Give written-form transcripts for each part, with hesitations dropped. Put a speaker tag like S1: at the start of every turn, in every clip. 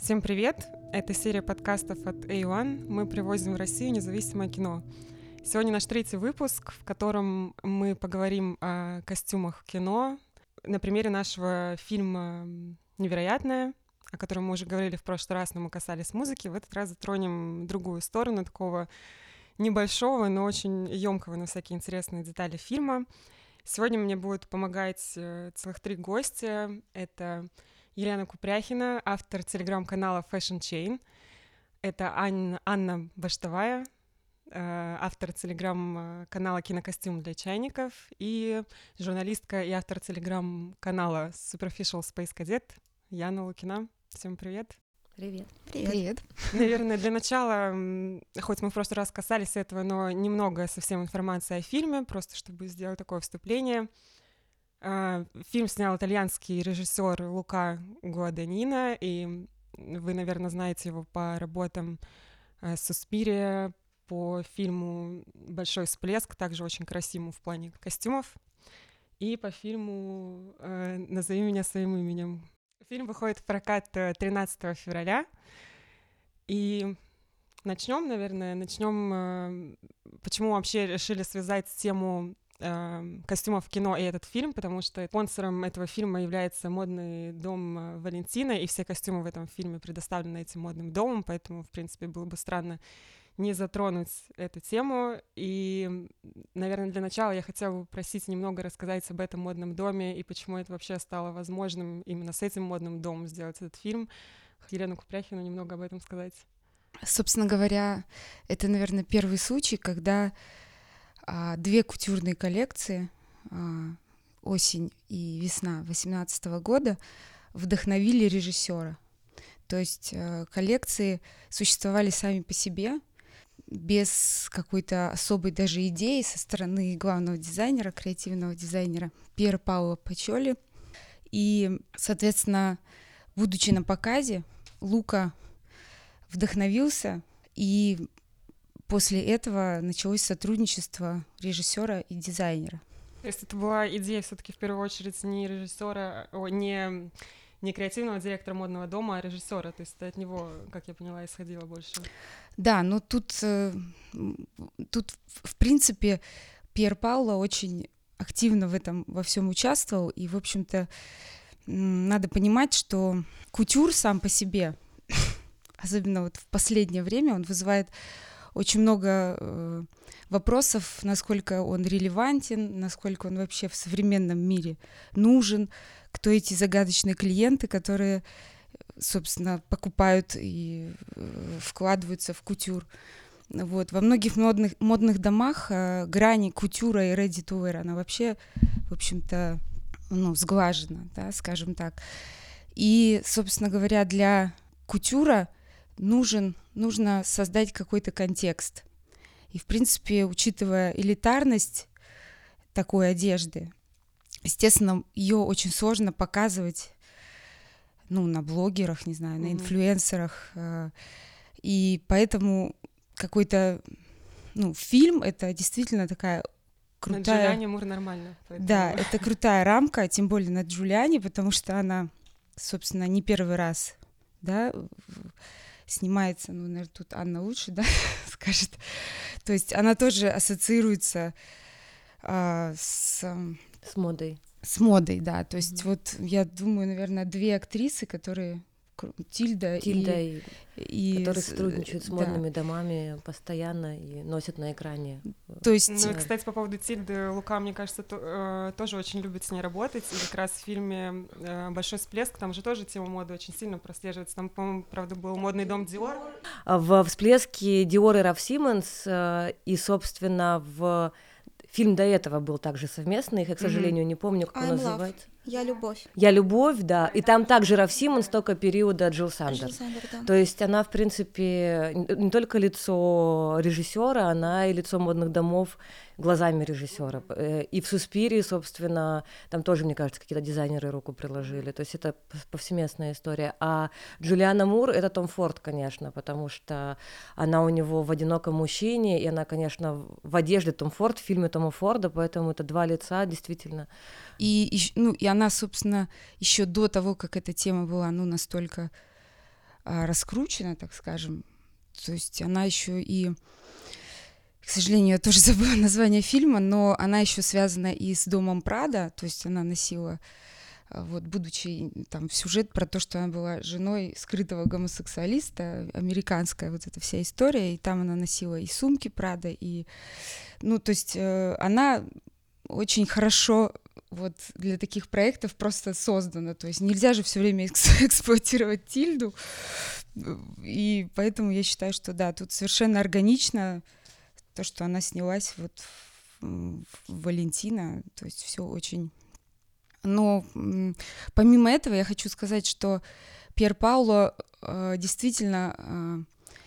S1: Всем привет! Это серия подкастов от A1. Мы привозим в Россию независимое кино. Сегодня наш третий выпуск, в котором мы поговорим о костюмах в кино на примере нашего фильма «Невероятное», о котором мы уже говорили в прошлый раз, но мы касались музыки. В этот раз затронем другую сторону такого небольшого, но очень ёмкого на всякие интересные детали фильма. Сегодня мне будут помогать целых 3 гостя. Это Елена Купряхина, автор телеграм-канала Fashion Chain. Это Анна Баштовая, автор телеграм-канала «Кинокостюм для чайников», и журналистка и автор телеграм-канала Superficial Space Cadet Яна Лукина. Всем привет.
S2: Привет.
S3: Привет.
S1: Наверное, для начала, хоть мы в прошлый раз касались этого, но немного совсем информации о фильме, просто чтобы сделать такое вступление. Фильм снял итальянский режиссер Лука Гуаданина, и вы, наверное, знаете его по работам «Суспирия», по фильму «Большой всплеск», также очень красивому в плане костюмов, и по фильму «Назови меня своим именем». Фильм выходит в прокат 13 февраля, и начнем, почему вообще решили связать тему костюмов в кино и этот фильм, потому что спонсором этого фильма является модный дом Валентина, и все костюмы в этом фильме предоставлены этим модным домом, поэтому, в принципе, было бы странно не затронуть эту тему. И, наверное, для начала я хотела бы просить немного рассказать об этом модном доме и почему это вообще стало возможным именно с этим модным домом сделать этот фильм. Елену Купряхину немного об этом сказать.
S3: Собственно говоря, это, наверное, первый случай, когда 2 кутюрные коллекции, осень и весна 2018 года, вдохновили режиссера. То есть коллекции существовали сами по себе, без какой-то особой даже идеи со стороны главного дизайнера, креативного дизайнера Пьера Паоло Пачоли. И, соответственно, будучи на показе, Лука вдохновился, и после этого началось сотрудничество режиссера и дизайнера.
S1: То есть это была идея все-таки в первую очередь не режиссера, не креативного директора модного дома, а режиссера. То есть это от него, как я поняла, исходило больше.
S3: Да, но тут в принципе Пьер Паоло очень активно в этом во всем участвовал, и, в общем-то, надо понимать, что кутюр сам по себе, особенно вот в последнее время, он вызывает очень много вопросов, насколько он релевантен, насколько он вообще в современном мире нужен, кто эти загадочные клиенты, которые, собственно, покупают и вкладываются в кутюр. Вот. Во многих модных домах грани кутюра и ready to wear, она вообще, в общем-то, сглажена, да, скажем так. И, собственно говоря, для кутюра нужно создать какой-то контекст. И, в принципе, учитывая элитарность такой одежды, естественно, ее очень сложно показывать, на блогерах, не знаю, на инфлюенсерах. И поэтому какой-то, фильм — это действительно такая крутая...
S1: На Джулиане Мур нормально. Поэтому...
S3: Да, это крутая рамка, тем более на Джулиане, потому что она, собственно, не первый раз, да, снимается, наверное, тут Анна лучше, да, скажет. То есть она тоже ассоциируется с
S2: модой.
S3: С модой, да. То есть вот я думаю, наверное, 2 актрисы, которые Тильда и
S2: которые сотрудничают с модными домами постоянно и носят на экране.
S3: То есть...
S1: кстати, по поводу Тильды, Лука, мне кажется, тоже очень любит с ней работать. И как раз в фильме «Большой всплеск» там же тоже тема моды очень сильно прослеживается. Там, по-моему, правда, был модный дом Диор.
S2: В «Всплеске» Диор и Раф Симмонс, и, собственно, фильм до этого был также совместный, я, к сожалению, не помню, как он называется.
S4: «Я любовь».
S2: «Я любовь», да. И там также Раф Симмонс, только периода Джилл Сандер.
S4: Да.
S2: То есть она, в принципе, не только лицо режиссера, она и лицо модных домов глазами режиссера. И в «Суспирии», собственно, там тоже, мне кажется, какие-то дизайнеры руку приложили. То есть это повсеместная история. А Джулиана Мур — это Том Форд, конечно, потому что она у него в «Одиноком мужчине», и она, конечно, в одежде Том Форд, в фильме Тома Форда, поэтому это 2 лица, действительно.
S3: И она, собственно, еще до того, как эта тема была, настолько раскручена, так скажем. То есть она еще и, к сожалению, я тоже забыла название фильма, но она еще связана и с домом Прада, то есть она носила, вот, будучи там сюжет про то, что она была женой скрытого гомосексуалиста, американская вот эта вся история, и там она носила и сумки Прада, и, ну, то есть она очень хорошо вот для таких проектов просто создана, то есть нельзя же все время эксплуатировать Тильду, и поэтому я считаю, что да, тут совершенно органично то, что она снялась вот в Валентина, то есть все очень... Но помимо этого я хочу сказать, что Пьер Пауло очень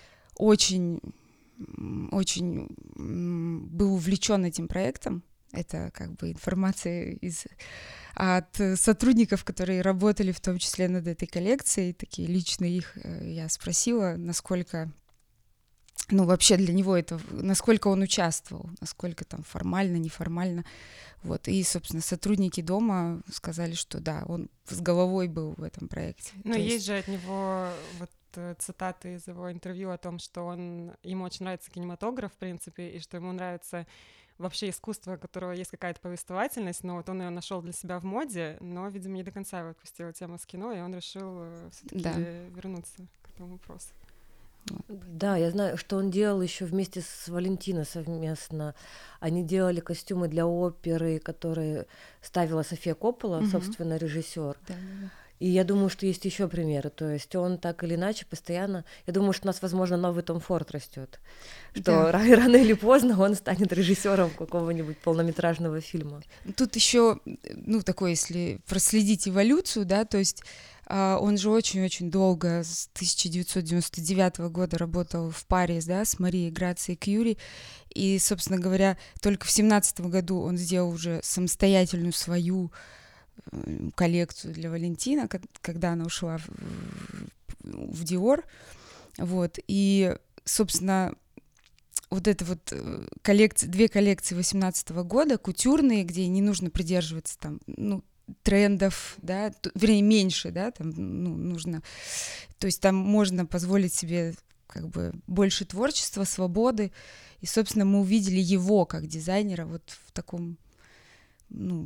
S3: был увлечен этим проектом. Это как бы информация от сотрудников, которые работали в том числе над этой коллекцией, такие личные их, я спросила, насколько, ну, вообще для него это, насколько он участвовал, насколько там формально, неформально, вот, и, собственно, сотрудники дома сказали, что да, он с головой был в этом проекте.
S1: Ну, есть же от него вот цитаты из его интервью о том, что ему очень нравится кинематограф, в принципе, и что ему нравится вообще искусство, у которого есть какая-то повествовательность, но вот он ее нашел для себя в моде, но, видимо, не до конца его отпустила тема с кино, и он решил все-таки вернуться к этому вопросу.
S2: Да, я знаю, что он делал еще вместе с Валентино совместно. Они делали костюмы для оперы, которые ставила София Коппола, собственно, режиссер.
S3: Да.
S2: И я думаю, что есть еще примеры. То есть он так или иначе постоянно... Я думаю, что у нас, возможно, новый Том Форд растет. Что рано или поздно он станет режиссером какого-нибудь полнометражного фильма.
S3: Тут еще, ну, такое, если проследить эволюцию, да, то есть он же очень-очень долго, с 1999 года работал в паре, да, с Марией Грацией Кьюри, и, собственно говоря, только в 2017 году он сделал уже самостоятельную свою коллекцию для Валентина, когда она ушла в Диор, вот, и, собственно, вот это вот две коллекции 2018 года, кутюрные, где не нужно придерживаться там, ну, трендов, да, вернее, меньше, да, там, ну, нужно, то есть там можно позволить себе как бы больше творчества, свободы, и, собственно, мы увидели его как дизайнера вот в таком, ну,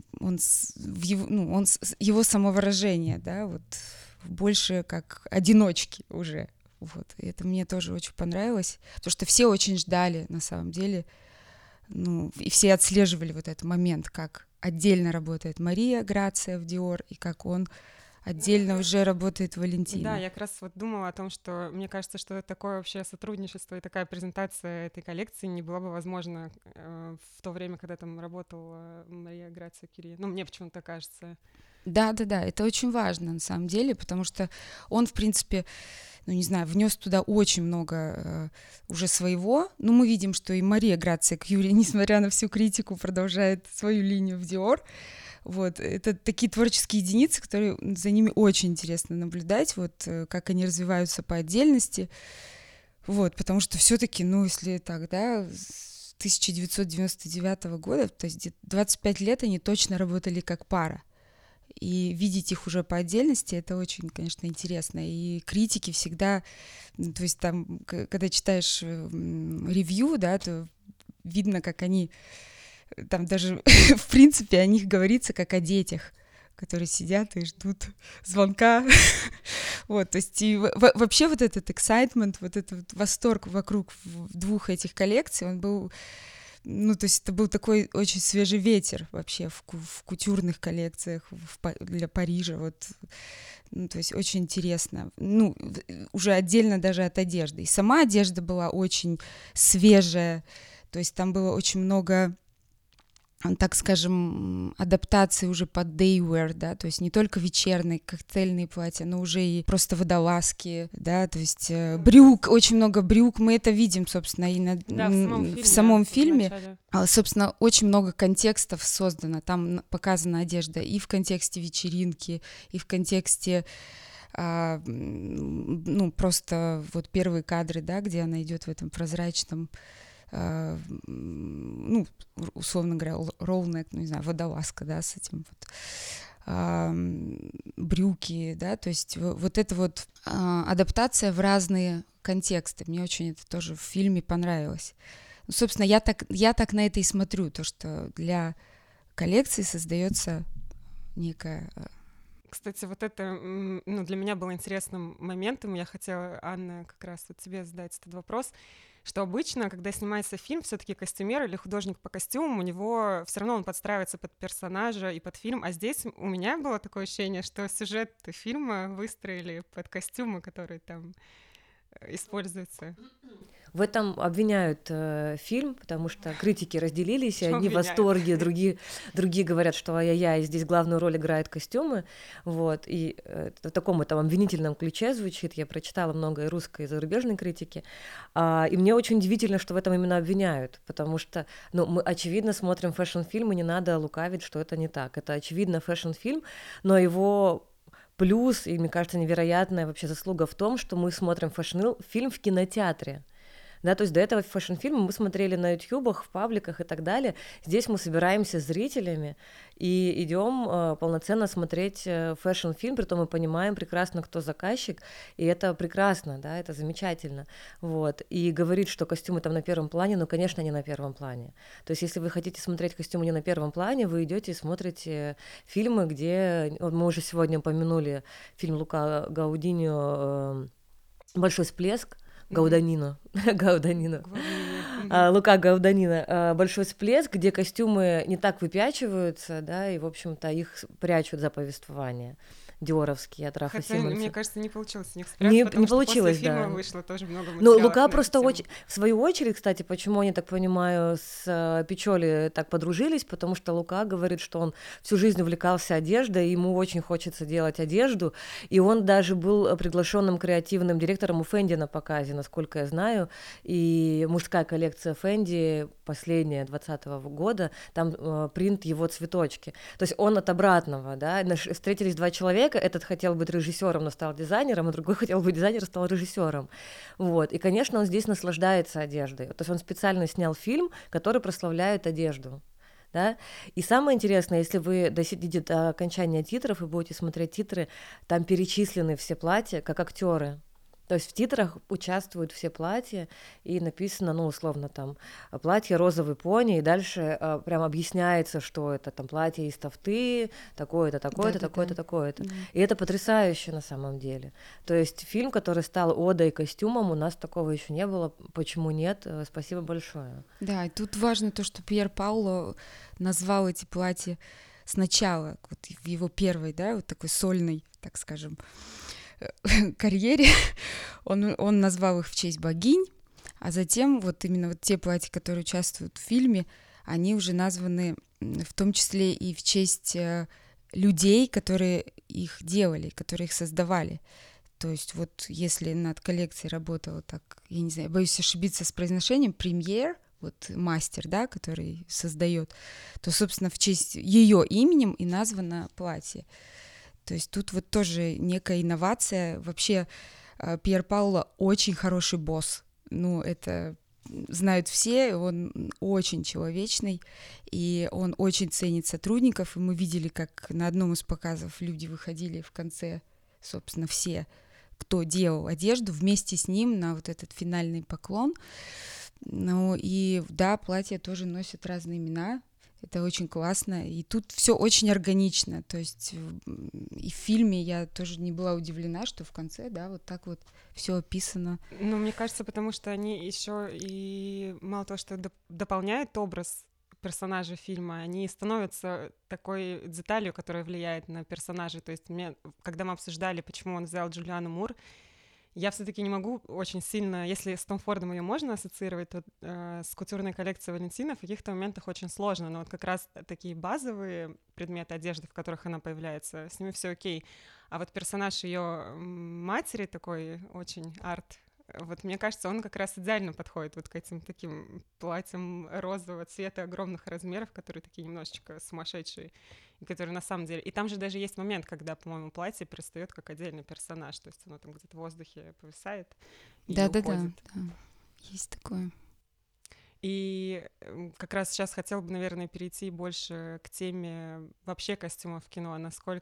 S3: его самовыражение, да, вот больше как одиночки уже, вот, и это мне тоже очень понравилось, потому что все очень ждали, на самом деле, ну, и все отслеживали вот этот момент, как отдельно работает Мария Грация в Диор, и как он отдельно уже работает в Валентино.
S1: Да, я как раз вот думала о том, что мне кажется, что такое вообще сотрудничество и такая презентация этой коллекции не была бы возможна в то время, когда там работала Мария Грация Кюри. Ну, мне почему-то кажется.
S3: Да, это очень важно на самом деле, потому что он, в принципе, ну, не знаю, внес туда очень много уже своего. Но мы видим, что и Мария Грация Кьюри, несмотря на всю критику, продолжает свою линию в Dior. Вот, это такие творческие единицы, которые за ними очень интересно наблюдать, вот, как они развиваются по отдельности. Вот, потому что все-таки, ну, если так, да, с 1999 года, то есть 25 лет они точно работали как пара. И видеть их уже по отдельности, это очень, конечно, интересно. И критики всегда, то есть там, когда читаешь ревью, да, то видно, как они, там даже, в принципе, о них говорится как о детях, которые сидят и ждут звонка. Вот, то есть и вообще вот этот excitement, вот этот вот восторг вокруг двух этих коллекций, он был... Ну, то есть это был такой очень свежий ветер вообще в кутюрных коллекциях для Парижа, вот, ну, то есть очень интересно. Ну, уже отдельно даже от одежды. И сама одежда была очень свежая, то есть там было очень много, так скажем, адаптации уже под day-wear, да, то есть не только вечерние коктейльные платья, но уже и просто водолазки, да, то есть брюк, очень много брюк, мы это видим, собственно, и в самом фильме. Собственно, очень много контекстов создано, там показана одежда и в контексте вечеринки, и в контексте ну, просто вот первые кадры, да, где она идет в этом прозрачном, ну, условно говоря, роллнек, ну, не знаю, водолазка, да, с этим вот брюки, да, то есть вот эта вот адаптация в разные контексты. Мне очень это тоже в фильме понравилось. Ну, собственно, я так на это и смотрю, то, что для коллекции создается некая...
S1: Кстати, вот это для меня было интересным моментом. Я хотела, Анна, как раз вот тебе задать этот вопрос, что обычно, когда снимается фильм, все-таки костюмер или художник по костюмам, у него все равно он подстраивается под персонажа и под фильм, а здесь у меня было такое ощущение, что сюжет фильма выстроили под костюмы, которые там используются.
S2: В этом обвиняют фильм, потому что критики разделились, и одни в восторге, другие говорят, что ай-яй-яй, здесь главную роль играют костюмы, вот, и в таком там обвинительном ключе звучит. Я прочитала много и русской, и зарубежной критики, и мне очень удивительно, что в этом именно обвиняют, потому что, мы, очевидно, смотрим фэшн-фильм, и не надо лукавить, что это не так. Это, очевидно, фэшн-фильм, но его плюс, и, мне кажется, невероятная вообще заслуга в том, что мы смотрим фэшн-фильм в кинотеатре. Да, то есть до этого фэшн-фильмы мы смотрели на ютубах, в пабликах и так далее. Здесь мы собираемся с зрителями и идем полноценно смотреть фэшн-фильм, притом мы понимаем прекрасно, кто заказчик, и это прекрасно, да, это замечательно. Вот. И говорит, что костюмы там на первом плане, конечно, не на первом плане. То есть если вы хотите смотреть костюмы не на первом плане, вы идете и смотрите фильмы, где... Вот мы уже сегодня упомянули фильм Лука Гаудиньо «Большой всплеск», Гауданино. Лука Гауданино. «Большой всплеск», где костюмы не так выпячиваются, да, и, в общем-то, их прячут за повествование. Диоровские от Рафа Симмонса.
S1: Мне кажется, не получилось у них спрятать, потому что после фильма вышло тоже много материалов.
S2: Лука просто в свою очередь, кстати, почему они, так понимаю, с Пичоли так подружились, потому что Лука говорит, что он всю жизнь увлекался одеждой, ему очень хочется делать одежду, и он даже был приглашенным креативным директором у Фенди на показе, насколько я знаю, и мужская коллекция Фенди, последняя 2020 года, там принт его цветочки. То есть он от обратного, да, встретились два человека, этот хотел быть режиссером, но стал дизайнером, а другой хотел быть дизайнером, стал режиссером. Вот. И, конечно, он здесь наслаждается одеждой. То есть он специально снял фильм, который прославляет одежду. Да? И самое интересное, если вы досидите до окончания титров и будете смотреть титры, там перечислены все платья как актеры. То есть в титрах участвуют все платья, и написано, условно, там, платье розовый пони, и дальше прям объясняется, что это там платье из тафты, такое-то, такое-то, такое-то, такое-то. И это потрясающе на самом деле. То есть фильм, который стал одой костюмом, у нас такого еще не было. Почему нет? Спасибо большое.
S3: Да, и тут важно то, что Пьер Пауло назвал эти платья сначала, вот в его первой, да, вот такой сольной, так скажем, карьере, он назвал их в честь богинь, а затем вот именно вот те платья, которые участвуют в фильме, они уже названы в том числе и в честь людей, которые их делали, которые их создавали. То есть вот если над коллекцией работала так, я не знаю, боюсь ошибиться с произношением, премьер, вот мастер, да, который создает, то, собственно, в честь ее именем и названо платье. То есть тут вот тоже некая инновация. Вообще Пьер Пауло очень хороший босс. Это знают все, он очень человечный, и он очень ценит сотрудников. И мы видели, как на одном из показов люди выходили в конце, собственно, все, кто делал одежду, вместе с ним на вот этот финальный поклон. И да, платья тоже носят разные имена. Это очень классно, и тут все очень органично, то есть и в фильме я тоже не была удивлена, что в конце, да, вот так вот все описано.
S1: Мне кажется, потому что они еще и мало того, что дополняют образ персонажа фильма, они становятся такой деталью, которая влияет на персонажа. То есть когда мы обсуждали, почему он взял Джулиану Мур, я все-таки не могу очень сильно, если с Том Фордом ее можно ассоциировать, то с кутюрной коллекцией Валентина в каких-то моментах очень сложно, но вот как раз такие базовые предметы одежды, в которых она появляется, с ними все окей. А вот персонаж ее матери такой очень арт, вот мне кажется, он как раз идеально подходит вот к этим таким платьям розового цвета, огромных размеров, которые такие немножечко сумасшедшие, и которые на самом деле... И там же даже есть момент, когда, по-моему, платье пристает как отдельный персонаж, то есть оно там где-то в воздухе повисает и уходит.
S3: Да, есть такое.
S1: И как раз сейчас хотела бы, наверное, перейти больше к теме вообще костюмов в кино,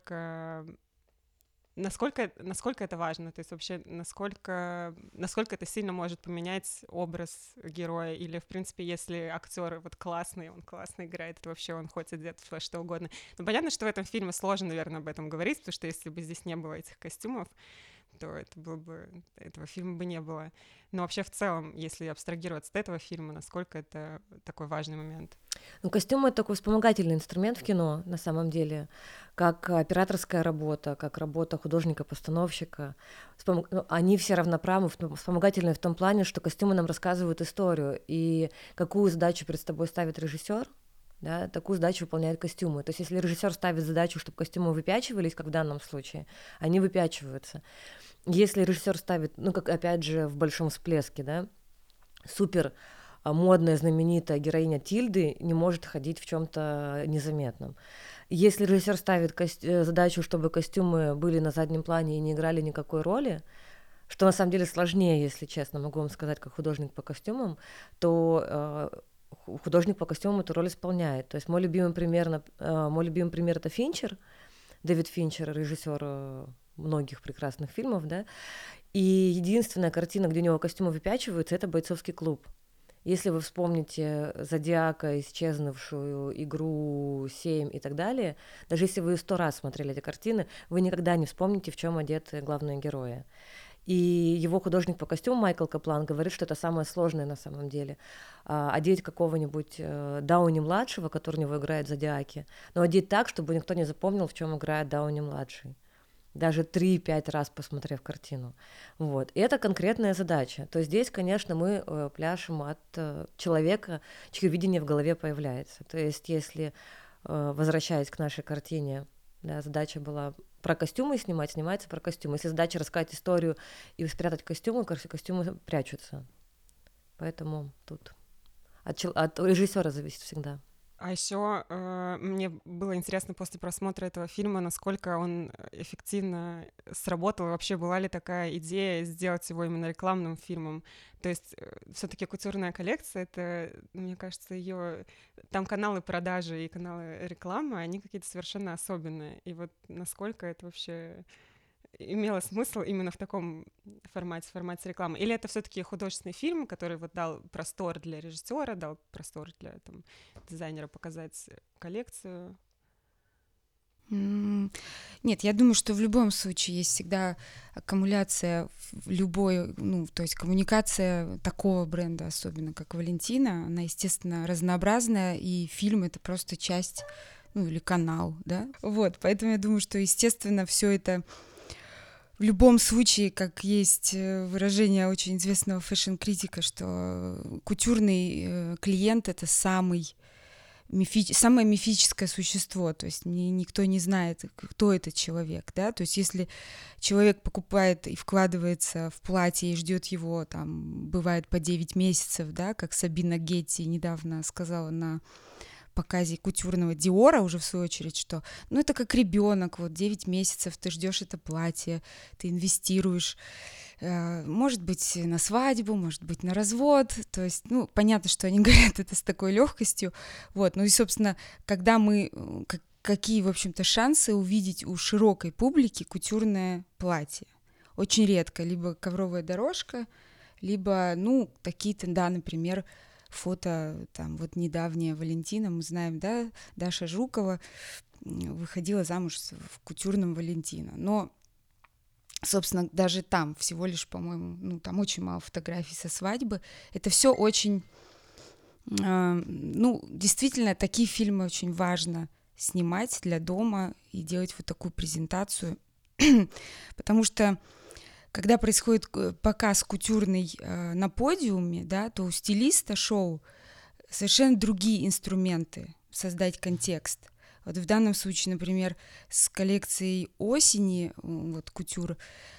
S1: насколько это важно, то есть вообще насколько это сильно может поменять образ героя, или, в принципе, если актер вот классный, он классно играет, то вообще он хоть одет во что угодно. Но понятно, что в этом фильме сложно, наверное, об этом говорить, потому что если бы здесь не было этих костюмов, то этого фильма бы не было. Но вообще в целом, если абстрагироваться от этого фильма, насколько это такой важный момент?
S2: Ну, костюм — это такой вспомогательный инструмент в кино, на самом деле, как операторская работа, как работа художника-постановщика. Они все равноправны, вспомогательные в том плане, что костюмы нам рассказывают историю, и какую задачу перед тобой ставит режиссер, да, такую задачу выполняют костюмы. То есть если режиссер ставит задачу, чтобы костюмы выпячивались, как в данном случае, они выпячиваются. Если режиссер ставит, ну, как опять же в «Большом всплеске», да, супер модная, знаменитая героиня Тильды не может ходить в чем-то незаметном. Если режиссер ставит задачу, чтобы костюмы были на заднем плане и не играли никакой роли, что на самом деле сложнее, если честно, могу вам сказать, как художник по костюмам, то художник по костюмам эту роль исполняет. То есть мой любимый пример это Финчер, Дэвид Финчер, режиссер многих прекрасных фильмов, да, и единственная картина, где у него костюмы выпячиваются, это «Бойцовский клуб». Если вы вспомните «Зодиака», «Исчезнувшую», «Игру», «7» и так далее, даже если вы 100 раз смотрели эти картины, вы никогда не вспомните, в чем одеты главные герои. И его художник по костюму Майкл Каплан говорит, что это самое сложное на самом деле. Одеть какого-нибудь Дауни-младшего, который у него играет в «Зодиаке», но одеть так, чтобы никто не запомнил, в чем играет Дауни-младший. Даже 3-5 раз посмотрев картину. Вот. И это конкретная задача. То есть здесь, конечно, мы пляшем от человека, чье видение в голове появляется. То есть если, возвращаясь к нашей картине, да, задача была про костюмы снимается про костюмы. Если задача рассказать историю и спрятать костюмы прячутся. Поэтому тут от режиссера зависит всегда.
S1: А еще мне было интересно после просмотра этого фильма, насколько он эффективно сработал. Вообще была ли такая идея сделать его именно рекламным фильмом? То есть все-таки кутюрная коллекция, это, мне кажется, ее там каналы продажи и каналы рекламы, они какие-то совершенно особенные. И вот насколько это вообще имело смысл именно в таком формате рекламы? Или это все-таки художественный фильм, который вот дал простор для режиссера, дал простор для дизайнера показать коллекцию?
S3: Нет, я думаю, что в любом случае есть всегда аккумуляция в любой, то есть коммуникация такого бренда, особенно как Валентина, она, естественно, разнообразная, и фильм — это просто часть, или канал, да? Вот, поэтому я думаю, что, естественно, все это в любом случае, как есть выражение очень известного фэшн-критика, что кутюрный клиент — это самое мифическое существо, то есть никто не знает, кто этот человек, да, то есть если человек покупает и вкладывается в платье и ждет его, там, бывает по 9 месяцев, да, как Сабина Гетти недавно сказала на показе кутюрного Диора уже в свою очередь, что это как ребенок, 9 месяцев ты ждешь это платье, ты инвестируешь, может быть, на свадьбу, может быть, на развод, то есть, понятно, что они говорят это с такой легкостью, и, собственно, когда какие, в общем-то, шансы увидеть у широкой публики кутюрное платье? Очень редко, либо ковровая дорожка, либо, какие-то, да, например, фото, там, недавняя Валентина, мы знаем, да, Даша Жукова выходила замуж в кутюрном Валентина, но, собственно, даже там всего лишь, по-моему, там очень мало фотографий со свадьбы, это все очень, действительно, такие фильмы очень важно снимать для дома и делать вот такую презентацию, потому что когда происходит показ кутюрный на подиуме, да, то у стилиста шоу совершенно другие инструменты создать контекст. Вот в данном случае, например, с коллекцией осени, кутюр,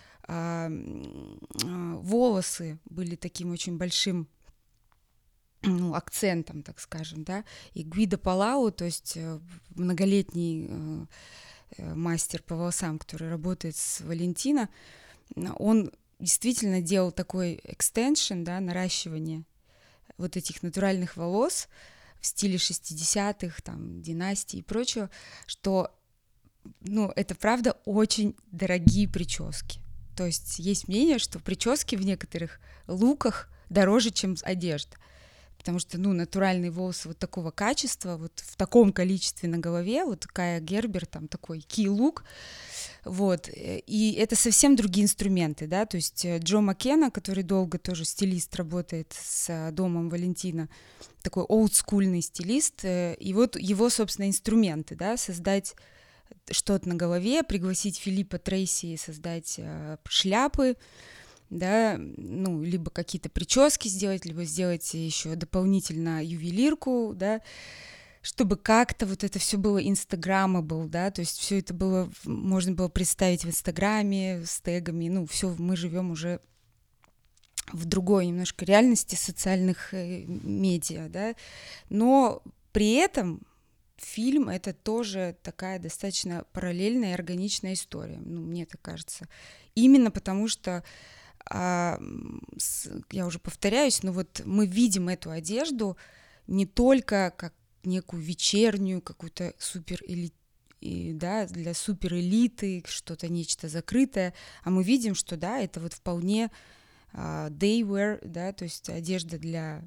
S3: волосы были таким очень большим акцентом, так скажем, да, и Гвидо Палау, то есть многолетний мастер по волосам, который работает с Валентино, он действительно делал такой экстеншн, да, наращивание вот этих натуральных волос в стиле 60-х, там, династии и прочего, что, ну, это правда очень дорогие прически. То есть мнение, что прически в некоторых луках дороже, чем одежда. Потому что, ну, натуральные волосы вот такого качества, вот в таком количестве на голове, вот Кая Гербер, там такой кей-лук, вот, и это совсем другие инструменты, да, то есть Джо Маккена, который долго тоже стилист, работает с домом Валентина, такой олдскульный стилист, и вот его, собственно, инструменты, да, создать что-то на голове, пригласить Филиппа Трейси создать шляпы, да, ну, либо какие-то прически сделать, либо сделать еще дополнительно ювелирку, да, чтобы как-то вот это все было инстаграмабл, да, то есть все это было, можно было представить в Инстаграме с тегами, ну, все, мы живем уже в другой немножко реальности социальных медиа, да, но при этом фильм — это тоже такая достаточно параллельная и органичная история, ну, мне так кажется, именно потому что я уже повторяюсь, но вот мы видим эту одежду не только как некую вечернюю, какую-то да, для суперэлиты, что-то нечто закрытое, а мы видим, что, да, это вот вполне day wear, да, то есть одежда для,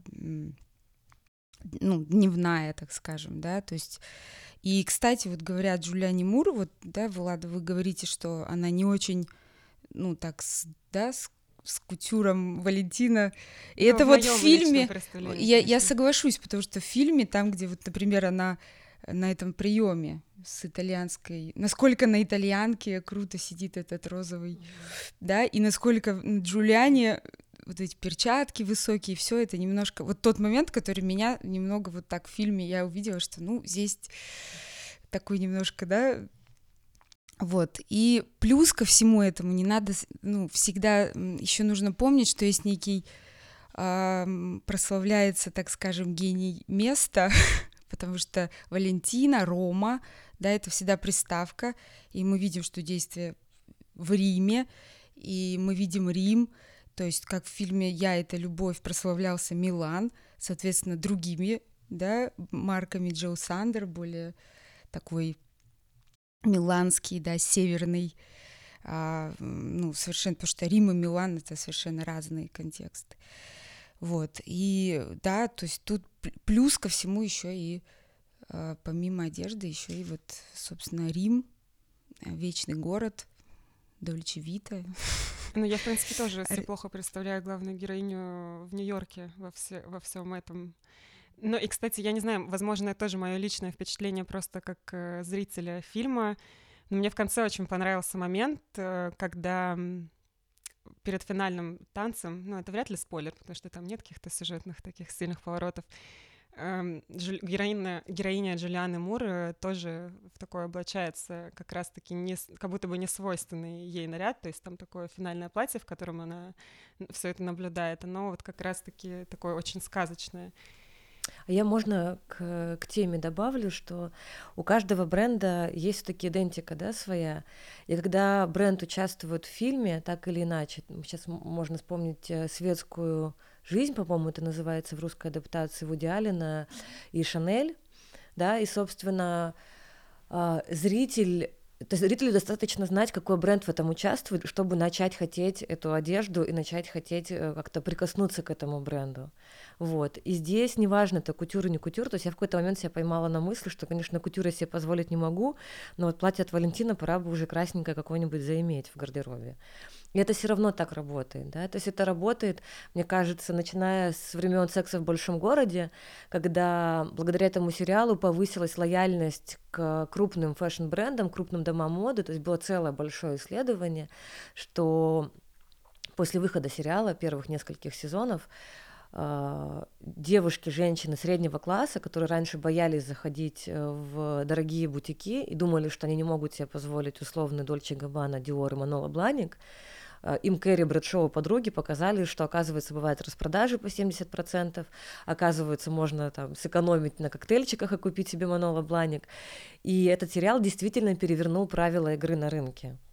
S3: ну, дневная, так скажем, да, то есть. И, кстати, вот говорят Джулиане Мур, вот, да, Влада, вы говорите, что она не очень, ну, так, да, с кутюром Валентина. И это вот в фильме, я соглашусь, потому что в фильме, там, где вот, например, она на этом приеме с итальянской, насколько на итальянке круто сидит этот розовый, да, и насколько Джулиане вот эти перчатки высокие, все это немножко, вот тот момент, который меня немного вот так в фильме, я увидела, что, ну, здесь такой немножко, да, вот, и плюс ко всему этому не надо, ну, всегда еще нужно помнить, что есть некий прославляется, так скажем, гений места, потому что Валентина, Рома, да, это всегда приставка, и мы видим, что действие в Риме, и мы видим Рим, то есть как в фильме «Я — это любовь» прославлялся Милан, соответственно, другими, да, марками. Джо Сандер, более такой миланский, да, северный, ну, совершенно, потому что Рим и Милан — это совершенно разные контексты. Вот, и, да, то есть тут плюс ко всему еще и, помимо одежды, еще и вот, собственно, Рим, вечный город, Дольче Вита.
S1: Ну, я, в принципе, тоже себе плохо представляю главную героиню в Нью-Йорке во всем этом. Ну и, кстати, я не знаю, возможно, это тоже мое личное впечатление просто как зрителя фильма, но мне в конце очень понравился момент, когда перед финальным танцем, ну это вряд ли спойлер, потому что там нет каких-то сюжетных таких сильных поворотов, героиня Джулианы Мур тоже в такое облачается, как раз-таки как будто бы не свойственный ей наряд, то есть там такое финальное платье, в котором она все это наблюдает, оно вот как раз-таки такое очень сказочное.
S2: А я, можно, к теме добавлю, что у каждого бренда есть все-таки идентика, да, своя. И когда бренд участвует в фильме, так или иначе, сейчас можно вспомнить «Светскую жизнь», по-моему, это называется в русской адаптации, Вуди Аллена и Шанель, да, и, собственно, зрителю достаточно знать, какой бренд в этом участвует, чтобы начать хотеть эту одежду и начать хотеть как-то прикоснуться к этому бренду. Вот. И здесь неважно, это кутюр и не кутюр, то есть я в какой-то момент себя поймала на мысли, что, конечно, кутюр я себе позволить не могу, но вот платье от Валентина пора бы уже красненькое какое-нибудь заиметь в гардеробе. И это все равно так работает, да, то есть это работает, мне кажется, начиная с времен «Секса в большом городе», когда благодаря этому сериалу повысилась лояльность к крупным фэшн-брендам, крупным домам моды, то есть было целое большое исследование, что после выхода сериала, первых нескольких сезонов, девушки, женщины среднего класса, которые раньше боялись заходить в дорогие бутики и думали, что они не могут себе позволить условный Дольче Габбана, Диор и Манола Бланик, им Кэрри Брэдшоу подруги показали, что, оказывается, бывают распродажи по 70%, оказывается, можно там сэкономить на коктейльчиках и купить себе Манола Бланик. И этот сериал действительно перевернул правила игры на рынке.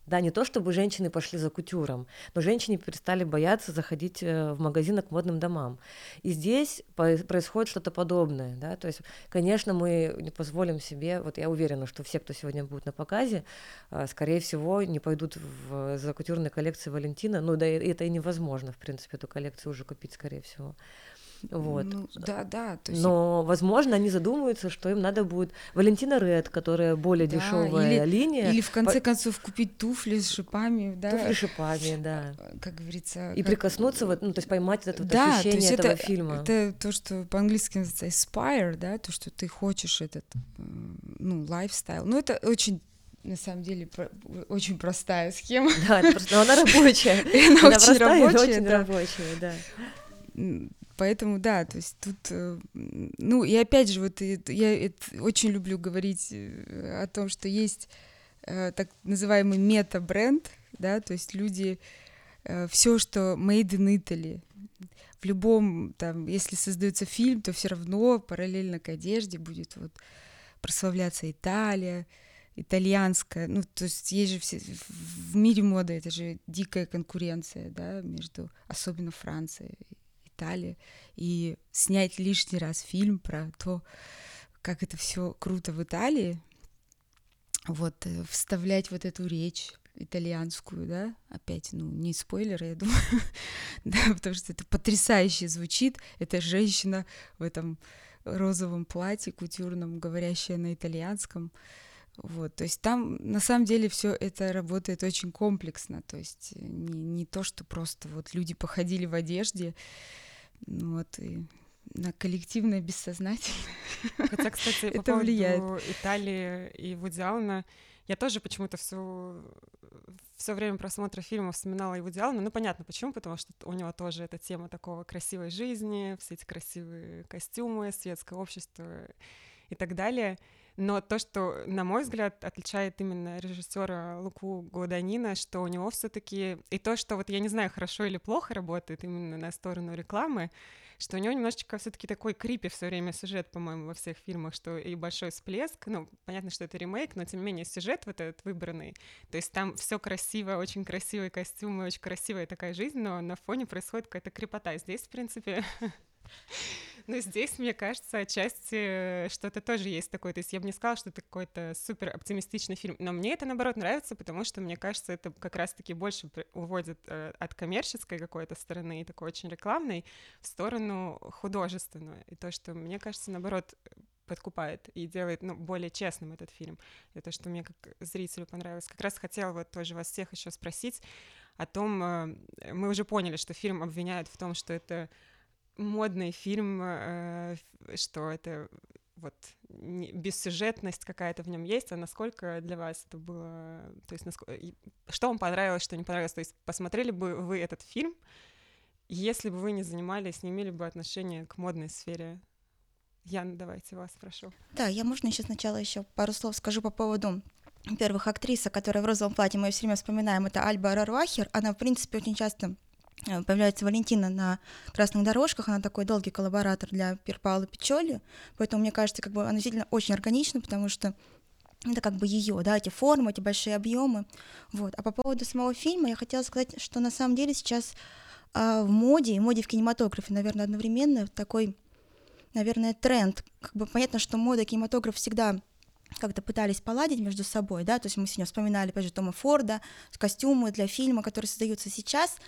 S2: Да, не то чтобы женщины пошли за кутюром, но женщины перестали бояться заходить в магазины к модным домам. И здесь происходит что-то подобное, да, то есть, конечно, мы не позволим себе, вот я уверена, что все, кто сегодня будет на показе, скорее всего, не пойдут за кутюрной коллекцией Валентина, ну да, это и невозможно, в принципе, эту коллекцию уже купить, скорее всего. Вот.
S3: Ну, да. То есть...
S2: Но, возможно, они задумаются, что им надо будет Валентина Ред, которая более дешевая линия.
S3: Или в конце концов купить туфли с шипами, да.
S2: Туфли с шипами, да.
S3: Как говорится.
S2: И прикоснуться, то есть поймать это ощущение этого фильма.
S3: Это то, что по-английски называется aspire, да, то, что ты хочешь этот, лайфстайл. Ну, это очень, на самом деле, очень простая схема.
S2: Да, но она рабочая.
S3: Она очень
S2: рабочая, да.
S3: Поэтому, да, то есть тут, и опять же, вот я очень люблю говорить о том, что есть так называемый мета-бренд, да, то есть люди, все, что made in Italy, в любом, там, если создается фильм, то все равно параллельно к одежде будет вот прославляться Италия, итальянская, то есть есть же в мире моды, это же дикая конкуренция, да, между, особенно Францией, Италии, и снять лишний раз фильм про то, как это все круто в Италии, вот, вставлять вот эту речь итальянскую, да, опять, не спойлеры, я думаю, да, потому что это потрясающе звучит, эта женщина в этом розовом платье кутюрном, говорящая на итальянском, вот, то есть там на самом деле все это работает очень комплексно, то есть не то, что просто вот люди походили в одежде, вот, и на коллективное бессознательное.
S1: Хотя, кстати, по поводу Италии и Вуди Аллена, я тоже почему-то все время просмотра фильма вспоминала и Вуди Аллена. Ну, понятно, почему, потому что у него тоже эта тема такого красивой жизни, все эти красивые костюмы, светское общество и так далее. Но то, что, на мой взгляд, отличает именно режиссера Луку Гуаданина, что у него все-таки и то, что вот я не знаю, хорошо или плохо работает именно на сторону рекламы, что у него немножечко все-таки такой крипи все время сюжет, по-моему, во всех фильмах, что и большой всплеск, понятно, что это ремейк, но тем не менее сюжет вот этот выбранный, то есть там все красиво, очень красивые костюмы, очень красивая такая жизнь, но на фоне происходит какая-то крепота. Здесь, в принципе, но здесь, мне кажется, отчасти что-то тоже есть такое. То есть я бы не сказала, что это какой-то супер оптимистичный фильм. Но мне это, наоборот, нравится, потому что, мне кажется, это как раз-таки больше уводит от коммерческой какой-то стороны, такой очень рекламной, в сторону художественную. И то, что, мне кажется, наоборот, подкупает и делает, более честным этот фильм. Это то, что мне как зрителю понравилось. Как раз хотела вот тоже вас всех еще спросить о том, мы уже поняли, что фильм обвиняют в том, что это модный фильм, что это вот бессюжетность какая-то в нем есть, а насколько для вас это было, то есть что вам понравилось, что не понравилось, то есть посмотрели бы вы этот фильм, если бы вы не занимались, не имели бы отношения к модной сфере? Яна, давайте вас прошу.
S4: Да, можно еще сначала еще пару слов скажу по поводу первых актриса, которая в розовом платье, мы ее все время вспоминаем, это Альба Рорвахер, она, в принципе, очень часто появляется Валентина на красных дорожках, она такой долгий коллаборатор для Пьер Паоло Пиччоли, поэтому, мне кажется, она действительно очень органична, потому что это ее, да, эти формы, эти большие объемы. Вот. А по поводу самого фильма я хотела сказать, что на самом деле сейчас в моде и в кинематографе, наверное, одновременно такой, наверное, тренд. Понятно, что мода и кинематограф всегда как-то пытались поладить между собой, да, то есть мы сегодня вспоминали, опять же, Тома Форда, костюмы для фильма, которые создаются сейчас,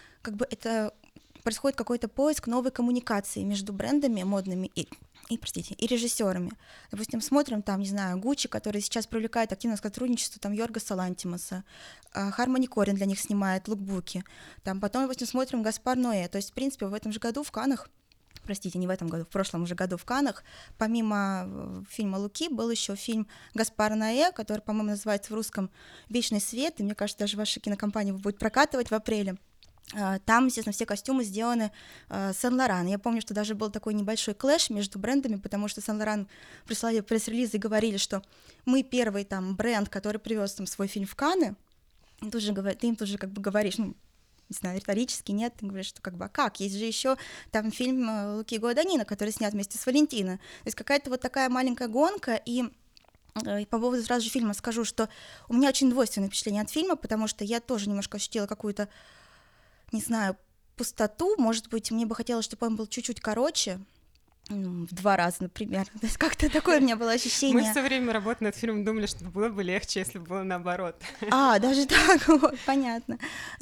S4: это происходит какой-то поиск новой коммуникации между брендами модными и режиссерами. Допустим, смотрим там, не знаю, Гуччи, который сейчас привлекает активно к сотрудничеству, там, Йоргоса Лантимоса, Хармони Корин для них снимает лукбуки, там, потом, допустим, смотрим Гаспар Ноэ, то есть, в принципе, в этом же году в Каннах, не в этом году, в прошлом уже году в Каннах, помимо фильма «Луки» был еще фильм Гаспара Ноэ, который, по-моему, называется в русском «Вечный свет», и мне кажется, даже ваша кинокомпания его будет прокатывать в апреле. Там, естественно, все костюмы сделаны Сен-Лоран. Я помню, что даже был такой небольшой клэш между брендами, потому что Сен-Лоран прислали пресс-релиз и говорили, что мы первый там бренд, который привез там свой фильм в Канны. И ты им тут же говоришь, не знаю, риторически, нет, ты говоришь, что а как? Есть же еще там фильм Луки Гуаданина, который снят вместе с Валентино. То есть какая-то вот такая маленькая гонка, и по поводу сразу же фильма скажу, что у меня очень двойственное впечатление от фильма, потому что я тоже немножко ощутила какую-то, не знаю, пустоту. Может быть, мне бы хотелось, чтобы он был чуть-чуть короче, в 2 раза, например. То есть как-то такое у меня было ощущение.
S1: Мы все время работая над фильмом думали, что было бы легче, если бы было наоборот.
S4: Даже так, вот, понятно.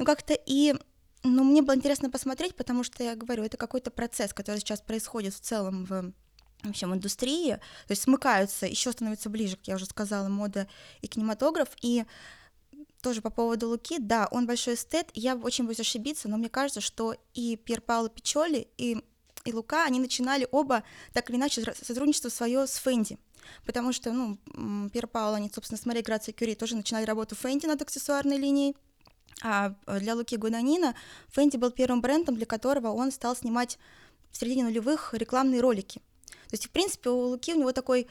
S4: Мне было интересно посмотреть, потому что, я говорю, это какой-то процесс, который сейчас происходит в целом в общем, индустрии, то есть смыкаются, еще становится ближе, как я уже сказала, мода и кинематограф, и тоже по поводу Луки, да, он большой эстет, я очень боюсь ошибиться, но мне кажется, что и Пьер Паоло Пичоли, и Лука, они начинали оба так или иначе сотрудничество свое с Фенди, потому что, Пьер Паоло, они, собственно, с Марией Грацией Кюри тоже начинали работу Фенди над аксессуарной линией, а для Луки Гуданино Фенди был первым брендом, для которого он стал снимать в середине нулевых рекламные ролики. То есть, в принципе, у Луки у него такой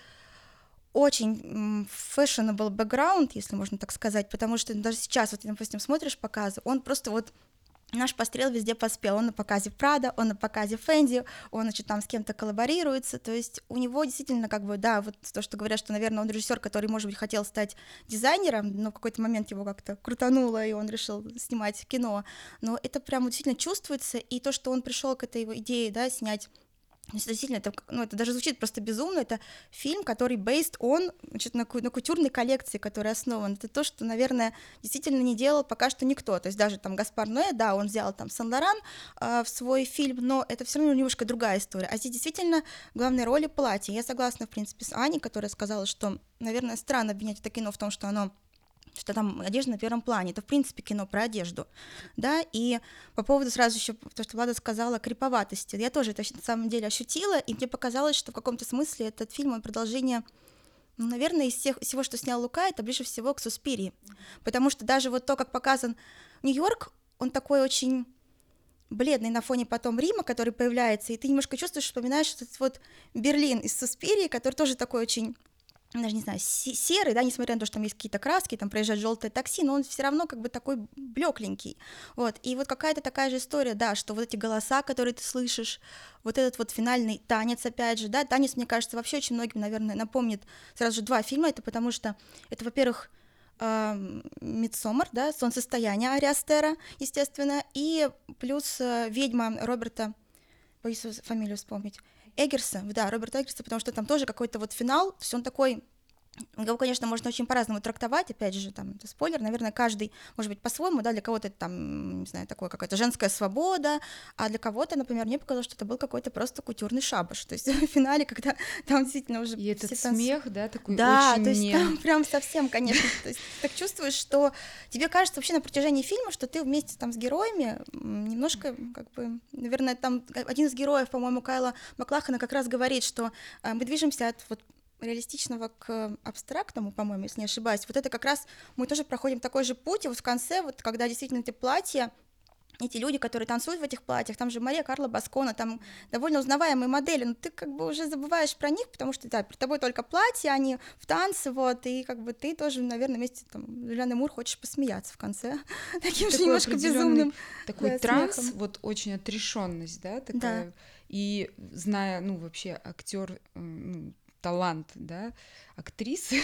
S4: очень fashionable background, если можно так сказать, потому что даже сейчас, вот, допустим, смотришь показы, он просто вот наш пострел везде поспел. Он на показе Прада, он на показе Фенди, он, значит, там с кем-то коллаборируется, то есть у него действительно как бы, да, вот то, что говорят, что, наверное, он режиссер, который, может быть, хотел стать дизайнером, но в какой-то момент его как-то крутануло, и он решил снимать кино, но это прям действительно чувствуется, и то, что он пришел к этой его идее, да, снять. Действительно, это даже звучит просто безумно. Это фильм, который based on, значит, на кутюрной коллекции, которая основан. Это то, что, наверное, действительно не делал пока что никто. То есть даже там Гаспар Ноэ, да, он взял там Сен-Лоран в свой фильм, но это все равно немножко другая история. А здесь действительно в главной роли платье. Я согласна, в принципе, с Аней, которая сказала, что, наверное, странно обвинять это кино в том, что там одежда на первом плане, это, в принципе, кино про одежду, да, и по поводу сразу еще то, что Влада сказала, криповатости, я тоже это на самом деле ощутила, и мне показалось, что в каком-то смысле этот фильм, он продолжение, наверное, из всего, что снял Лука, это ближе всего к Суспирии, потому что даже вот то, как показан Нью-Йорк, он такой очень бледный на фоне потом Рима, который появляется, и ты немножко чувствуешь, вспоминаешь этот вот Берлин из Суспирии, который тоже такой очень, даже не знаю, серый, да, несмотря на то, что там есть какие-то краски, там проезжает желтое такси, но он все равно как бы такой блекленький, вот, и вот какая-то такая же история, да, что вот эти голоса, которые ты слышишь, вот этот вот финальный танец, опять же, да, танец, мне кажется, вообще очень многим, наверное, напомнит сразу же 2 фильма, это потому что это, во-первых, «Мидсоммар», да, «Солнцестояние» Ари Астера, естественно, и плюс «Ведьма» Роберта, боюсь фамилию вспомнить, Эггерса, да, Роберта Эггерса, потому что там тоже какой-то вот финал, то есть он такой, его, конечно, можно очень по-разному трактовать, опять же, там, это спойлер, наверное, каждый, может быть, по-своему, да, для кого-то это там, не знаю, такое какая-то женская свобода, а для кого-то, например, мне показалось, что это был какой-то просто кутюрный шабаш, то есть в финале, когда там действительно уже...
S3: И этот смех, да, такой
S4: да,
S3: очень...
S4: то есть там прям совсем, конечно, то есть так чувствуешь, что тебе кажется вообще на протяжении фильма, что ты вместе там с героями немножко, как бы, наверное, там один из героев, по-моему, Кайла Маклахана как раз говорит, что мы движемся от вот реалистичного к абстрактному, по-моему, если не ошибаюсь, вот это как раз мы тоже проходим такой же путь, и вот в конце, вот когда действительно эти платья, эти люди, которые танцуют в этих платьях, там же Мария Карла Баскона, там довольно узнаваемые модели, но ты как бы уже забываешь про них, потому что, да, перед тобой только платья, они в танце, вот, и как бы ты тоже, наверное, вместе там с Жюльяной Мур хочешь посмеяться в конце, таким же немножко безумным.
S3: Такой транс, вот очень отрешенность, да, такая,
S4: да.
S3: И зная, вообще актер, талант, да, актрисы,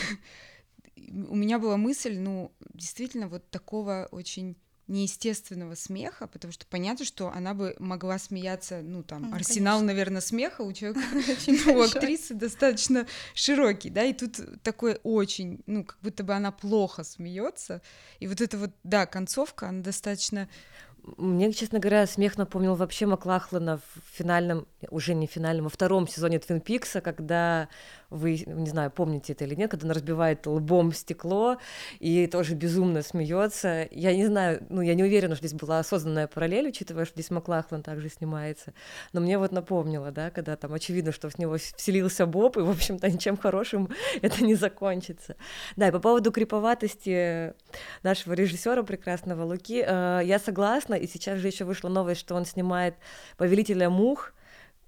S3: у меня была мысль, действительно, вот такого очень неестественного смеха, потому что понятно, что она бы могла смеяться, арсенал, конечно, наверное, смеха у человека, у актрисы достаточно широкий, да, и тут такой очень, как будто бы она плохо смеется, и вот эта вот, да, концовка, она достаточно...
S2: Мне, честно говоря, смех напомнил вообще Маклахлана в финальном, уже не финальном, во 2-м сезоне Твин Пикса, когда вы, не знаю, помните это или нет, когда он разбивает лбом стекло и тоже безумно смеется. Я не знаю, я не уверена, что здесь была осознанная параллель, учитывая, что здесь Маклахлан также снимается. Но мне вот напомнило, да, когда там очевидно, что в него вселился Боб, и, в общем-то, ничем хорошим это не закончится. Да, и по поводу криповатости нашего режиссера прекрасного Луки, я согласна, и сейчас же еще вышла новость, что он снимает «Повелителя мух»,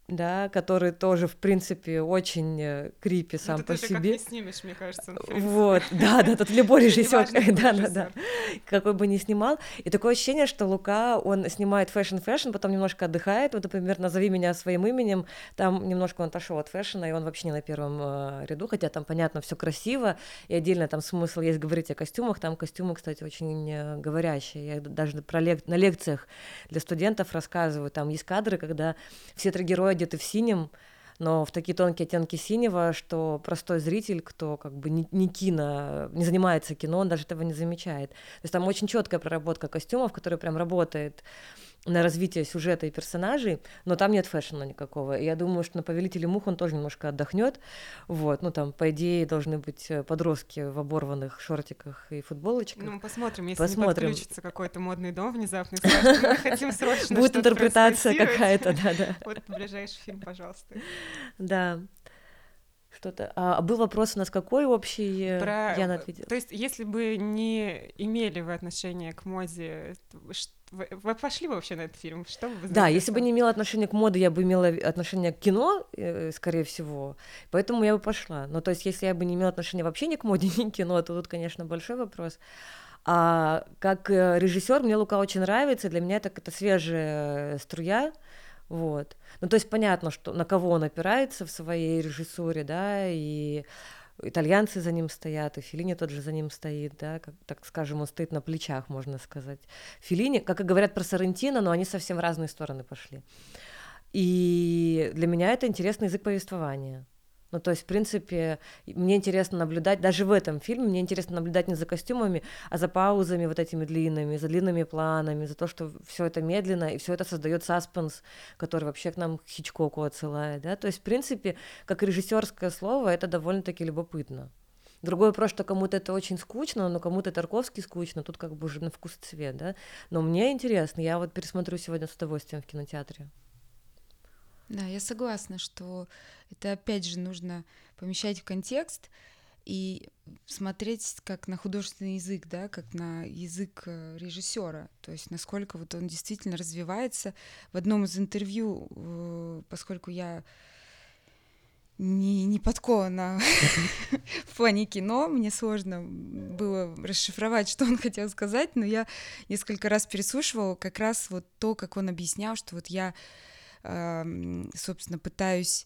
S2: да, который тоже, в принципе, очень крипи сам
S1: это
S2: по
S1: тоже
S2: себе.
S1: как не снимешь, мне кажется.
S2: Вот, да, тут любой режиссер,
S1: Неважно,
S2: да, какой бы ни снимал. И такое ощущение, что Лука, он снимает фэшн, потом немножко отдыхает. Вот, например, «Назови меня своим именем», там немножко он отошел от фэшна, и он вообще не на первом ряду, хотя там, понятно, все красиво, и отдельно там смысл есть говорить о костюмах. Там костюмы, кстати, очень говорящие. Я даже на лекциях для студентов рассказываю. Там есть кадры, когда все 3 героя одеты в синем, но в такие тонкие оттенки синего, что простой зритель, кто как бы не занимается кино, он даже этого не замечает. То есть там очень четкая проработка костюмов, которая прям работает на развитие сюжета и персонажей, но там нет фэшна никакого. И я думаю, что на «Повелителе мух» он тоже немножко отдохнет. Вот, ну там, по идее, должны быть подростки в оборванных шортиках и футболочках.
S1: Ну, посмотрим, если не подключится какой-то модный дом внезапно, скажет, мы хотим срочно
S2: будет
S1: что-то
S2: интерпретация какая-то, да.
S1: Вот ближайший фильм, пожалуйста.
S2: Да. Что-то. А был вопрос у нас какой общий? Яна ответила.
S1: То есть, если бы не имели вы отношение к моде, вы пошли бы вообще на этот фильм? Что бы вы
S2: Да, если бы не имела отношения к моде, я бы имела отношение к кино, скорее всего. Поэтому я бы пошла. Ну, то есть, если я бы не имела отношения вообще ни к моде, ни к кино, то тут, конечно, большой вопрос. А как режиссер мне Лука очень нравится. Для меня это свежая струя. Вот. Ну, то есть понятно, что на кого он опирается в своей режиссуре, да, и итальянцы за ним стоят, и Феллини тот же за ним стоит, да, как, так скажем, он стоит на плечах, можно сказать. Феллини, как и говорят про Соррентино, но они совсем в разные стороны пошли. И для меня это интересный язык повествования. Ну, то есть, в принципе, мне интересно наблюдать, даже в этом фильме мне интересно наблюдать не за костюмами, а за паузами вот этими длинными, за длинными планами, за то, что все это медленно, и все это создает саспенс, который вообще к нам к Хичкоку отсылает, да. То есть, в принципе, как режиссерское слово, это довольно-таки любопытно. Другой вопрос, что кому-то это очень скучно, но кому-то Тарковский скучно, тут как бы уже на вкус и цвет, да. Но мне интересно, я вот пересмотрю сегодня с удовольствием в кинотеатре.
S3: Да, я согласна, что это опять же нужно помещать в контекст и смотреть как на художественный язык, да, как на язык режиссера, то есть насколько вот он действительно развивается. В одном из интервью, поскольку я не подкована в плане кино, мне сложно было расшифровать, что он хотел сказать, но я несколько раз переслушивала как раз вот то, как он объяснял, что вот я собственно, пытаюсь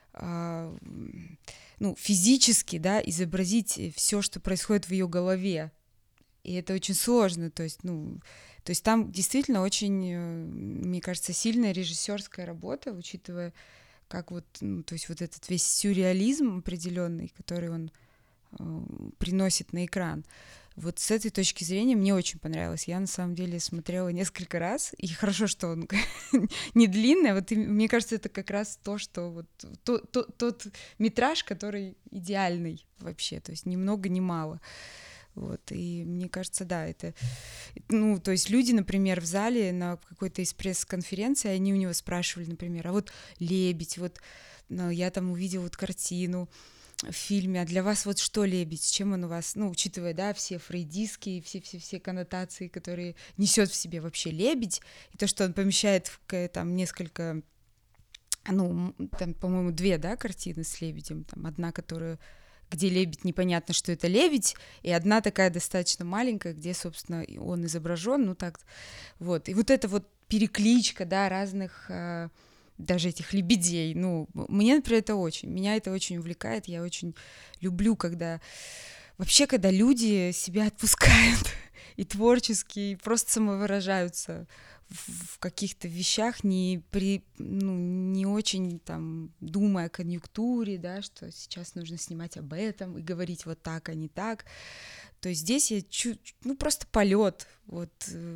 S3: физически, да, изобразить все, что происходит в ее голове. И это очень сложно. То есть там действительно очень, мне кажется, сильная режиссерская работа, учитывая, как вот, то есть вот этот весь сюрреализм определенный, который он приносит на экран. Вот с этой точки зрения мне очень понравилось. Я, на самом деле, смотрела несколько раз, и хорошо, что он не длинный. Вот, мне кажется, это как раз то, что вот тот метраж, который идеальный вообще, то есть ни много, ни мало. Вот, и мне кажется, да, это... то есть люди, например, в зале на какой-то из пресс-конференции, они у него спрашивали, например, а вот «Лебедь», вот я там увидела вот картину в фильме, а для вас вот что «Лебедь», с чем он у вас, учитывая, да, все фрейдистские, все коннотации, которые несет в себе вообще «Лебедь», и то, что он помещает в там несколько, там, по-моему, 2, да, картины с лебедем, там одна, где лебедь, непонятно, что это лебедь, и одна такая достаточно маленькая, где, собственно, он изображен, так, вот, и вот эта вот перекличка, да, разных даже этих лебедей, мне, например, меня это очень увлекает, я очень люблю, когда люди себя отпускают и творчески, и просто самовыражаются в каких-то вещах, не очень там думая о конъюнктуре, да, что сейчас нужно снимать об этом и говорить вот так, а не так. То есть здесь я просто полет, вот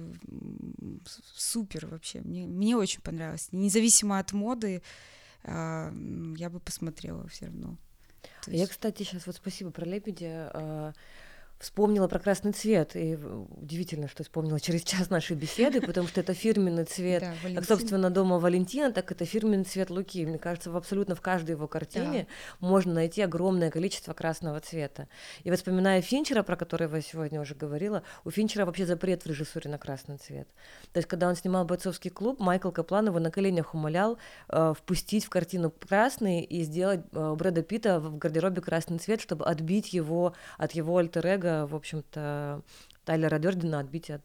S3: супер вообще, мне очень понравилось. Независимо от моды, я бы посмотрела все равно.
S2: Я, кстати, сейчас вот спасибо про «Лебедя». вспомнила про красный цвет, и удивительно, что вспомнила через час нашей беседы, потому что это фирменный цвет, как, собственно, дома Валентина, так это фирменный цвет Луки. Мне кажется, абсолютно в каждой его картине можно найти огромное количество красного цвета. И вот вспоминая Финчера, про которого я сегодня уже говорила, у Финчера вообще запрет в режиссуре на красный цвет. То есть, когда он снимал «Бойцовский клуб», Майкл Каплан его на коленях умолял впустить в картину красный и сделать Брэда Питта в гардеробе красный цвет, чтобы отбить его от его альтер-эго, в общем-то, Тайлера Дёрдена, отбить от,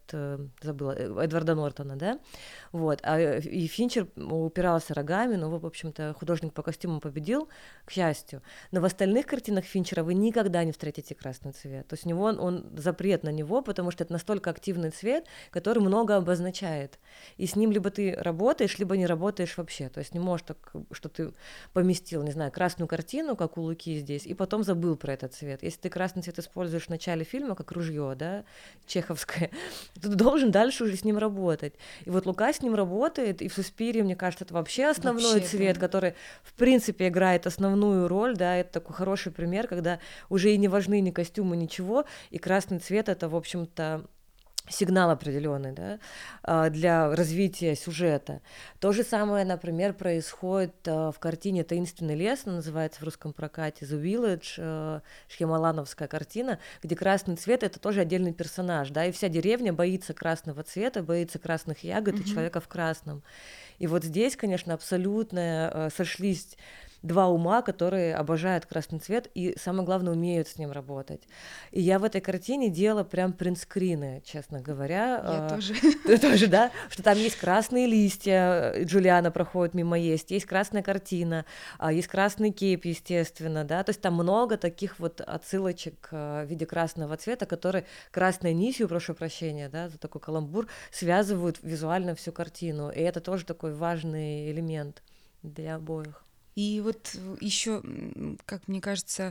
S2: Эдварда Нортона, да, вот, и Финчер упирался рогами, но, в общем-то, художник по костюмам победил, к счастью, но в остальных картинах Финчера вы никогда не встретите красный цвет, то есть у него он запрет на него, потому что это настолько активный цвет, который много обозначает, и с ним либо ты работаешь, либо не работаешь вообще, то есть не можешь так, что ты поместил, не знаю, красную картину, как у Луки здесь, и потом забыл про этот цвет, если ты красный цвет используешь в начале фильма, как ружье, да, чеховское, ты должен дальше уже с ним работать. И вот Лука с ним работает, и в «Суспире», мне кажется, это вообще основной цвет, который, в принципе, играет основную роль, да, это такой хороший пример, когда уже и не важны ни костюмы, ничего, и красный цвет — это, в общем-то, сигнал определенный, да, для развития сюжета. То же самое, например, происходит в картине «Таинственный лес», она называется в русском прокате «The Village», шьямалановская картина, где красный цвет — это тоже отдельный персонаж, да, и вся деревня боится красного цвета, боится красных ягод и человека в красном. И вот здесь, конечно, абсолютно сошлись два ума, которые обожают красный цвет и, самое главное, умеют с ним работать. И я в этой картине делала прям принтскрины, честно говоря.
S3: Я тоже.
S2: Ты тоже, да? Что там есть красные листья, Джулиана проходит мимо, есть красная картина, есть красный кейп, естественно, да, то есть там много таких вот отсылочек в виде красного цвета, которые красной нитью, прошу прощения, да, за такой каламбур, связывают визуально всю картину, и это тоже такой важный элемент для обоих.
S3: И вот еще, как мне кажется,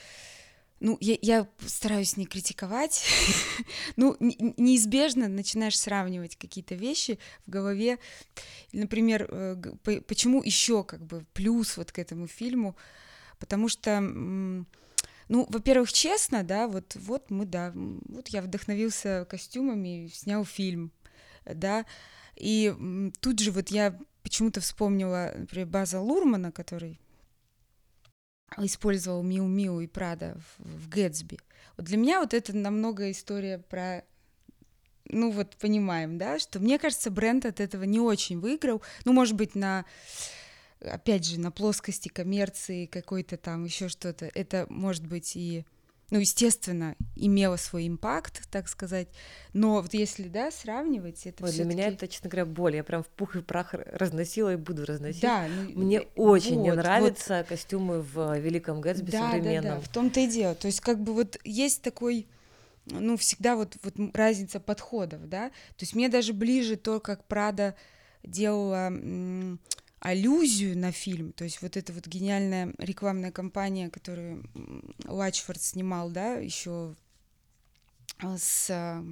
S3: ну, я стараюсь не критиковать, ну, неизбежно начинаешь сравнивать какие-то вещи в голове. Например, почему еще как бы плюс вот к этому фильму, потому что, ну, во-первых, честно, да, вот я вдохновился костюмами, снял фильм, да, и тут же вот я почему-то вспомнила, например, База Лурмана, который использовал Миу-Миу и Прада в «Гэтсби». Вот для меня вот это намного история про... Ну вот понимаем, да, что, мне кажется, бренд от этого не очень выиграл. Ну, может быть, опять же, на плоскости коммерции какой-то там еще что-то. Это, может быть, и... Ну, естественно, имело свой импакт, так сказать, но вот если, да, сравнивать, это
S2: для меня это, честно говоря, боль. Я прям в пух и прах разносила и буду разносить.
S3: Да,
S2: мне очень не нравятся костюмы в «Великом Гэтсби» современном.
S3: Да, в том-то и дело. То есть как бы вот есть такой, ну, всегда вот разница подходов, да. То есть мне даже ближе то, как Прада делала... аллюзию на фильм, то есть вот эта вот гениальная рекламная кампания, которую Лачфорд снимал, да, еще с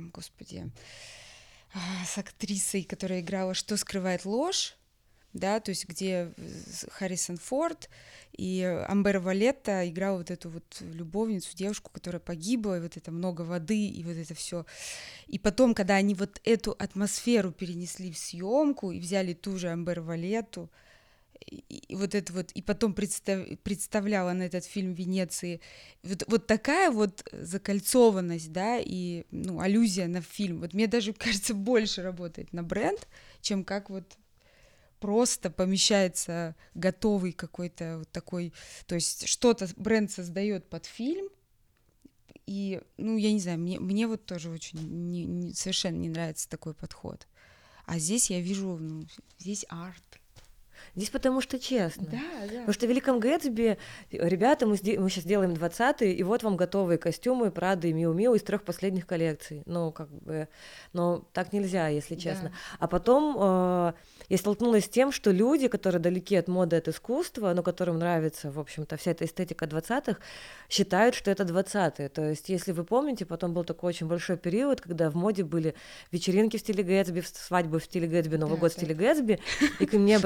S3: актрисой, которая играла «Что скрывает ложь», да, то есть где Харрисон Форд и Амбер Валетта играла вот эту вот любовницу, девушку, которая погибла, и вот это много воды, и вот это все. И потом, когда они вот эту атмосферу перенесли в съемку и взяли ту же Амбер Валетту, и вот это вот, и потом представляла на этот фильм в Венеции, вот такая вот закольцованность, да, и, ну, аллюзия на фильм, вот мне даже кажется больше работает на бренд, чем как вот просто помещается готовый какой-то вот такой, то есть что-то бренд создает под фильм, и, ну, я не знаю, мне вот тоже очень совершенно не нравится такой подход. А здесь я вижу, ну, здесь арт.
S2: Здесь потому что честно.
S3: Да.
S2: Потому что в «Великом Гэтсби», ребята, мы сейчас делаем 20-й, и вот вам готовые костюмы Прада и Миу-Миу из 3 последних коллекций. Ну, как бы, но так нельзя, если честно. Да. А потом я столкнулась с тем, что люди, которые далеки от моды, от искусства, но которым нравится, в общем-то, вся эта эстетика 20-х, считают, что это 20-е. То есть, если вы помните, потом был такой очень большой период, когда в моде были вечеринки в стиле Гэтсби, свадьбы в стиле Гэтсби, Новый год в стиле Гэтсби, и ко мне обращалось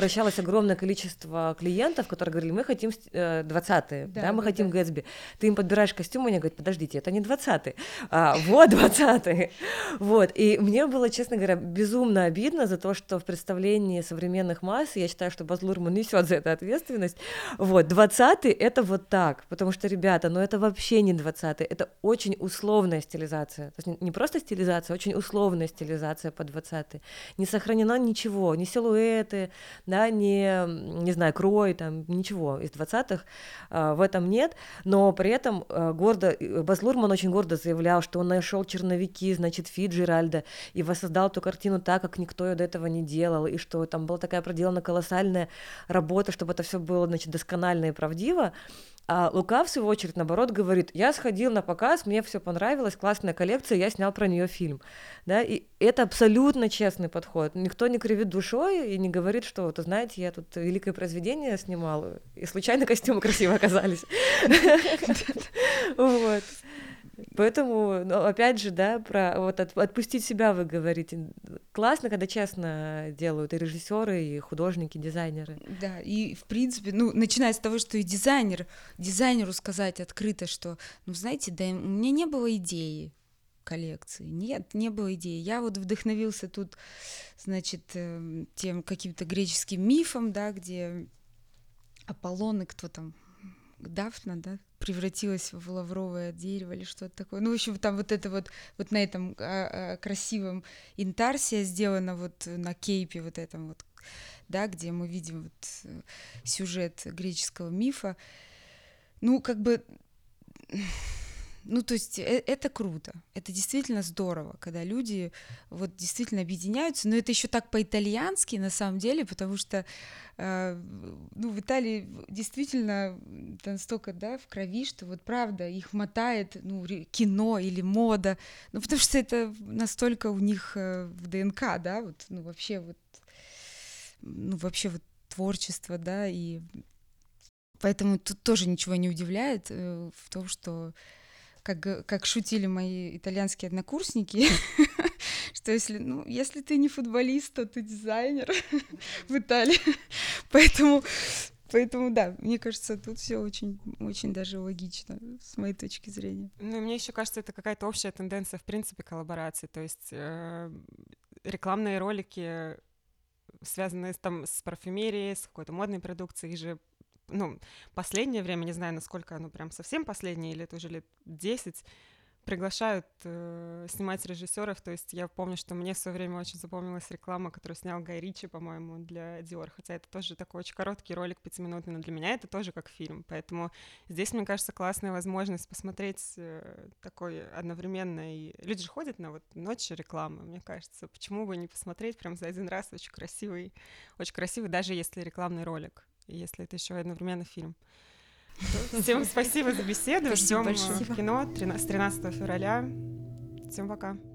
S2: огромное количество клиентов, которые говорили, мы хотим 20-е, да, мы хотим Гэтсби. Ты им подбираешь костюм, и они говорят, подождите, это не 20-е, вот 20-е. Вот, и мне было, честно говоря, безумно обидно за то, что в представлении современных масс, я считаю, что Баз Лурман несет за это ответственность, вот, 20-е — это вот так, потому что, ребята, ну это вообще не 20-е, это очень условная стилизация, то есть не просто стилизация, а очень условная стилизация под 20-е. Не сохранено ничего, ни силуэты, да, не знаю, крой, там, ничего из 20-х в этом нет, но при этом Баз Лурман очень гордо заявлял, что он нашел черновики, значит, Фицджеральда и воссоздал эту картину так, как никто до этого не делал, и что там была такая проделана колоссальная работа, чтобы это все было, значит, досконально и правдиво. А Лука, в свою очередь, наоборот, говорит, я сходил на показ, мне все понравилось, классная коллекция, я снял про нее фильм. Да? И это абсолютно честный подход. Никто не кривит душой и не говорит, что, вот, знаете, я тут великое произведение снимал, и случайно костюмы красиво оказались. Вот. Поэтому, опять же, да, про вот отпустить себя, вы говорите. Классно, когда честно делают и режиссеры, и художники, и дизайнеры.
S3: Да, и в принципе, ну, начиная с того, что и дизайнеру сказать открыто, что, ну, знаете, да, у меня не было идеи коллекции, нет, не было идеи. Я вот вдохновился тут, значит, тем каким-то греческим мифом, да, где Аполлон и кто там, Дафна, да, превратилась в лавровое дерево или что-то такое. Ну, в общем, там вот это вот на этом красивом интарсе сделано вот на кейпе вот этом вот, да, где мы видим вот сюжет греческого мифа. Ну, как бы... Ну, то есть это круто, это действительно здорово, когда люди вот действительно объединяются, но это еще так по-итальянски на самом деле, потому что ну, в Италии действительно настолько, да, в крови, что вот правда их мотает, ну, кино или мода, ну, потому что это настолько у них в ДНК, да, вот, ну, вообще вот творчество, да, и поэтому тут тоже ничего не удивляет в том, что как шутили мои итальянские однокурсники, что если ты не футболист, то ты дизайнер в Италии. Поэтому, да, мне кажется, тут все очень, очень даже логично, с моей точки зрения.
S1: Ну, мне еще кажется, это какая-то общая тенденция, в принципе, коллаборации. То есть рекламные ролики, связанные там с парфюмерией, с какой-то модной продукцией, их же, ну, последнее время, не знаю, насколько оно прям совсем последнее, или это уже лет 10, приглашают снимать режиссеров. То есть я помню, что мне в свое время очень запомнилась реклама, которую снял Гай Ричи, по-моему, для Dior, хотя это тоже такой очень короткий ролик, 5-минутный, но для меня это тоже как фильм. Поэтому здесь, мне кажется, классная возможность посмотреть такой одновременно. И люди же ходят на вот ночь рекламы, мне кажется. Почему бы не посмотреть прям за один раз очень красивый, даже если рекламный ролик, если это еще одновременно фильм. Всем спасибо за беседу. Ждем в кино с 13 февраля. Всем пока.